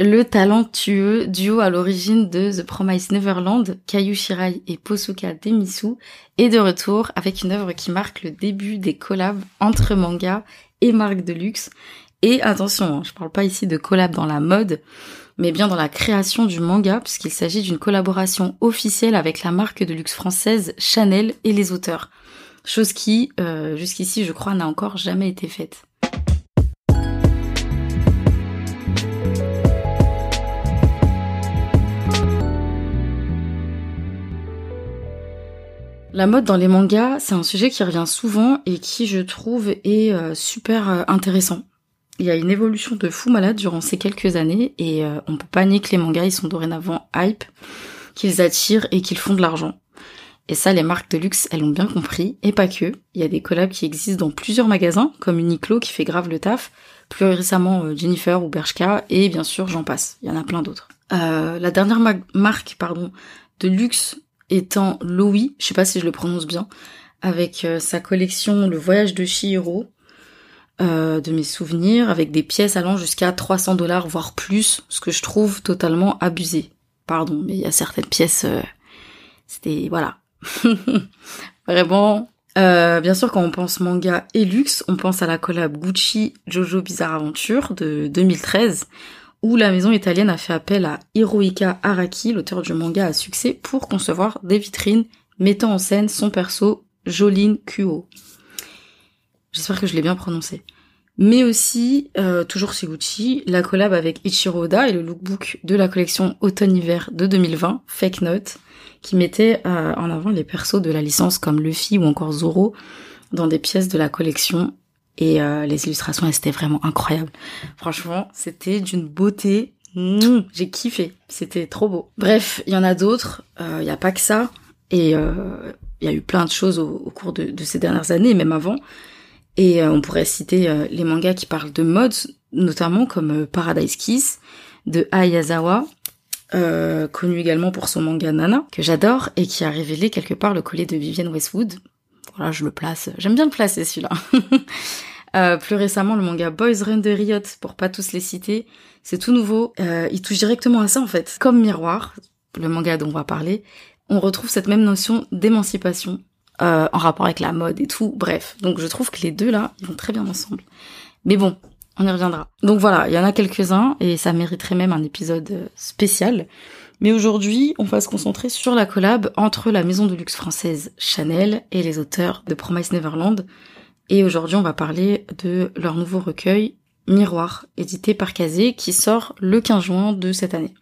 le talentueux duo à l'origine de The Promised Neverland, Kayu Shirai et Posuka Demisu, est de retour avec une œuvre qui marque le début des collabs entre manga et marques de luxe. Et attention, je parle pas ici de collab dans la mode, mais bien dans la création du manga, puisqu'il s'agit d'une collaboration officielle avec la marque de luxe française Chanel et les auteurs. Chose qui, jusqu'ici, je crois, n'a encore jamais été faite. La mode dans les mangas, c'est un sujet qui revient souvent et qui, je trouve, est super intéressant. Il y a une évolution de fou malade durant ces quelques années et on peut pas nier que les mangas, ils sont dorénavant hype, qu'ils attirent et qu'ils font de l'argent. Et ça, les marques de luxe, elles l'ont bien compris, et pas que. Il y a des collabs qui existent dans plusieurs magasins, comme Uniqlo qui fait grave le taf, plus récemment Jennifer ou Bershka, et bien sûr, j'en passe. Il y en a plein d'autres. La dernière marque de luxe étant Loewe, je sais pas si je le prononce bien, avec sa collection Le Voyage de Chihiro, de mes souvenirs, avec des pièces allant jusqu'à $300, voire plus, ce que je trouve totalement abusé. Pardon, mais il y a certaines pièces, c'était... voilà. Vraiment. Bien sûr, quand on pense manga et luxe, on pense à la collab Gucci Jojo Bizarre Adventure de 2013, où la maison italienne a fait appel à Hirohika Araki, l'auteur du manga à succès, pour concevoir des vitrines mettant en scène son perso Jolin Kuo. J'espère que je l'ai bien prononcé. Mais aussi, toujours chez Gucci, la collab avec Ichiro Oda et le lookbook de la collection Automne-Hiver de 2020, Fake Note, qui mettait en avant les persos de la licence comme Luffy ou encore Zoro dans des pièces de la collection. Et les illustrations, elles étaient vraiment incroyables. Franchement, c'était d'une beauté. J'ai kiffé. C'était trop beau. Bref, il y en a d'autres. Il y a pas que ça. Et il y a eu plein de choses au cours de ces dernières années, même avant. Et on pourrait citer les mangas qui parlent de mode, notamment comme Paradise Kiss de Ayazawa, connu également pour son manga Nana, que j'adore, et qui a révélé quelque part le collier de Vivienne Westwood. Voilà, je le place. J'aime bien le placer, celui-là. Plus récemment, le manga Boys Run de Riot, pour pas tous les citer. C'est tout nouveau. Il touche directement à ça, en fait. Comme Miroir, le manga dont on va parler, on retrouve cette même notion d'émancipation, en rapport avec la mode et tout. Bref. Donc, je trouve que les deux, là, ils vont très bien ensemble. Mais bon, on y reviendra. Donc voilà, il y en a quelques-uns, et ça mériterait même un épisode spécial. Mais aujourd'hui, on va se concentrer sur la collab entre la maison de luxe française Chanel et les auteurs de Promised Neverland. Et aujourd'hui, on va parler de leur nouveau recueil, Miroir, édité par Kazé, qui sort le 15 juin de cette année.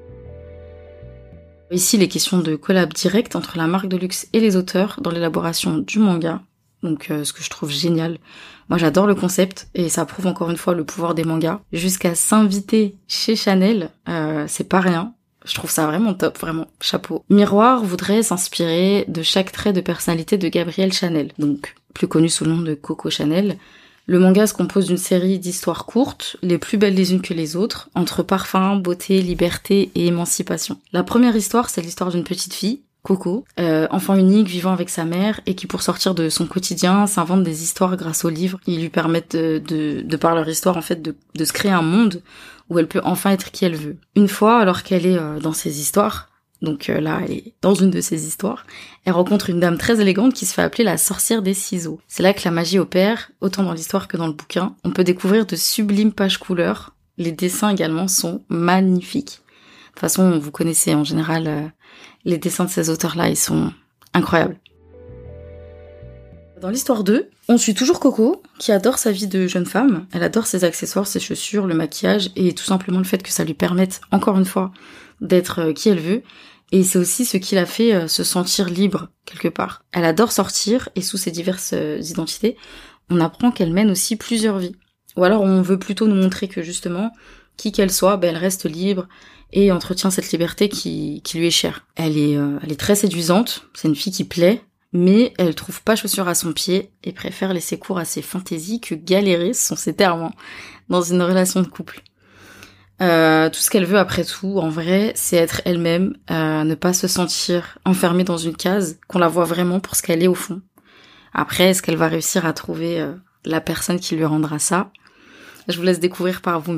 Ici, les questions de collab directe entre la marque de luxe et les auteurs dans l'élaboration du manga. Donc, ce que je trouve génial. Moi, j'adore le concept, et ça prouve encore une fois le pouvoir des mangas. Jusqu'à s'inviter chez Chanel, c'est pas rien. Je trouve ça vraiment top, vraiment, chapeau. Miroir voudrait s'inspirer de chaque trait de personnalité de Gabrielle Chanel, donc plus connu sous le nom de Coco Chanel. Le manga se compose d'une série d'histoires courtes, les plus belles les unes que les autres, entre parfum, beauté, liberté et émancipation. La première histoire, c'est l'histoire d'une petite fille, Coco, enfant unique vivant avec sa mère et qui, pour sortir de son quotidien, s'invente des histoires grâce aux livres qui lui permettent de par leur histoire en fait de se créer un monde où elle peut enfin être qui elle veut. Une fois, alors qu'elle est dans ses histoires, donc là elle est dans une de ses histoires, elle rencontre une dame très élégante qui se fait appeler la sorcière des ciseaux. C'est là que la magie opère, autant dans l'histoire que dans le bouquin. On peut découvrir de sublimes pages couleurs. Les dessins également sont magnifiques. De toute façon, vous connaissez en général les dessins de ces auteurs-là, ils sont incroyables. Dans l'histoire 2, on suit toujours Coco, qui adore sa vie de jeune femme. Elle adore ses accessoires, ses chaussures, le maquillage, et tout simplement le fait que ça lui permette, encore une fois, d'être qui elle veut. Et c'est aussi ce qui l'a fait se sentir libre, quelque part. Elle adore sortir, et sous ses diverses identités, on apprend qu'elle mène aussi plusieurs vies. Ou alors on veut plutôt nous montrer que justement, qui qu'elle soit, elle reste libre, et entretient cette liberté qui lui est chère. Elle est très séduisante, c'est une fille qui plaît, mais elle trouve pas chaussure à son pied et préfère laisser cours à ses fantaisies que galérer, ce sont ses termes, dans une relation de couple. Tout ce qu'elle veut après tout, en vrai, c'est être elle-même, ne pas se sentir enfermée dans une case, qu'on la voit vraiment pour ce qu'elle est au fond. Après, est-ce qu'elle va réussir à trouver la personne qui lui rendra ça ? Je vous laisse découvrir par vous-même.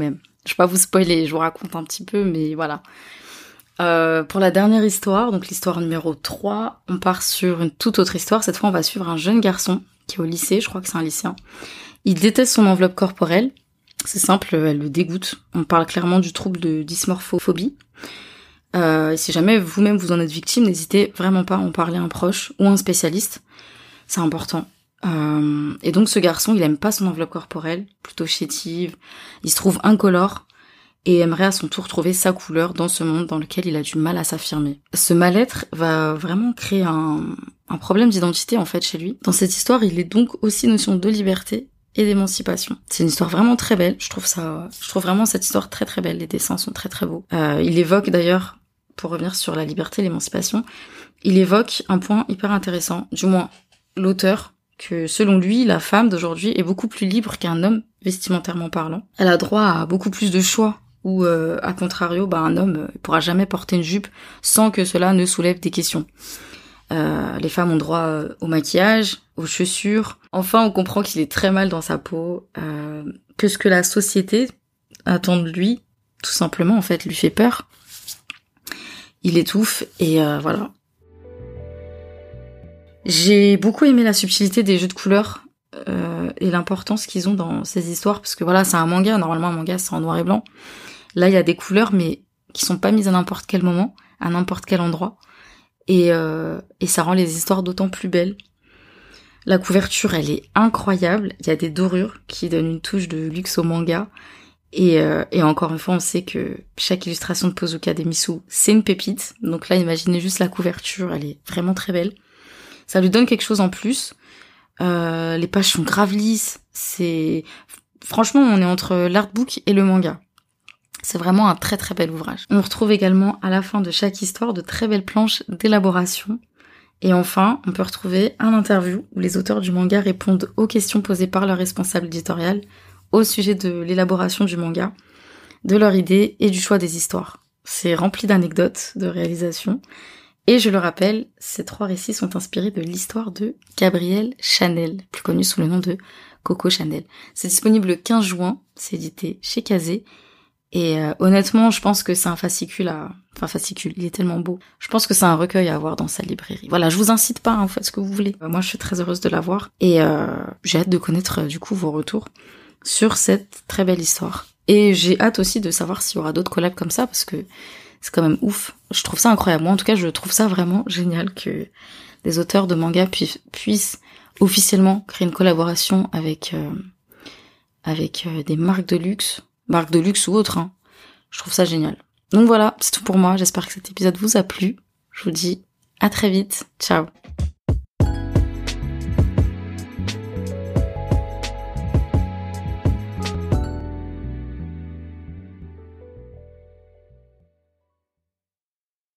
Je vais pas vous spoiler, je vous raconte un petit peu, mais voilà. Pour la dernière histoire, donc l'histoire numéro 3, on part sur une toute autre histoire. Cette fois, on va suivre un jeune garçon qui est au lycée, je crois que c'est un lycéen. Il déteste son enveloppe corporelle. C'est simple, elle le dégoûte. On parle clairement du trouble de dysmorphophobie. Et si jamais vous-même vous en êtes victime, n'hésitez vraiment pas à en parler à un proche ou à un spécialiste. C'est important. Et donc ce garçon, il aime pas son enveloppe corporelle, plutôt chétive. Il se trouve incolore et aimerait à son tour trouver sa couleur dans ce monde dans lequel il a du mal à s'affirmer. Ce mal-être va vraiment créer un problème d'identité en fait chez lui. Dans cette histoire, il est donc aussi notion de liberté et d'émancipation. C'est une histoire vraiment très belle. Je trouve vraiment cette histoire très très belle. Les dessins sont très très beaux. Il évoque d'ailleurs, pour revenir sur la liberté et l'émancipation, il évoque un point hyper intéressant, du moins l'auteur, que selon lui, la femme d'aujourd'hui est beaucoup plus libre qu'un homme vestimentairement parlant. Elle a droit à beaucoup plus de choix, ou à contrario, un homme pourra jamais porter une jupe sans que cela ne soulève des questions. Les femmes ont droit au maquillage, aux chaussures. Enfin, on comprend qu'il est très mal dans sa peau, que ce que la société attend de lui, tout simplement, en fait, lui fait peur. Il étouffe, et voilà. J'ai beaucoup aimé la subtilité des jeux de couleurs et l'importance qu'ils ont dans ces histoires, parce que voilà, c'est un manga, normalement un manga c'est en noir et blanc. Là, il y a des couleurs, mais qui sont pas mises à n'importe quel moment, à n'importe quel endroit. Et ça rend les histoires d'autant plus belles. La couverture, elle est incroyable. Il y a des dorures qui donnent une touche de luxe au manga. Et encore une fois, on sait que chaque illustration de Pozuka Demisu, c'est une pépite. Donc là, imaginez juste la couverture, elle est vraiment très belle. Ça lui donne quelque chose en plus. Les pages sont grave lisses. Franchement, on est entre l'artbook et le manga. C'est vraiment un très très bel ouvrage. On retrouve également à la fin de chaque histoire de très belles planches d'élaboration. Et enfin, on peut retrouver un interview où les auteurs du manga répondent aux questions posées par leur responsable éditorial au sujet de l'élaboration du manga, de leur idée et du choix des histoires. C'est rempli d'anecdotes, de réalisations. Et je le rappelle, ces 3 récits sont inspirés de l'histoire de Gabrielle Chanel, plus connue sous le nom de Coco Chanel. C'est disponible le 15 juin, c'est édité chez Kazé. Et honnêtement, je pense que c'est un fascicule il est tellement beau. Je pense que c'est un recueil à avoir dans sa librairie. Voilà, je vous incite pas, faites ce que vous voulez. Moi, je suis très heureuse de l'avoir. Et j'ai hâte de connaître du coup vos retours sur cette très belle histoire. Et j'ai hâte aussi de savoir s'il y aura d'autres collabs comme ça, parce que c'est quand même ouf. Je trouve ça incroyable. Moi, en tout cas, je trouve ça vraiment génial que des auteurs de manga puissent officiellement créer une collaboration avec des marques de luxe ou autres. Je trouve ça génial. Donc voilà, c'est tout pour moi. J'espère que cet épisode vous a plu. Je vous dis à très vite. Ciao.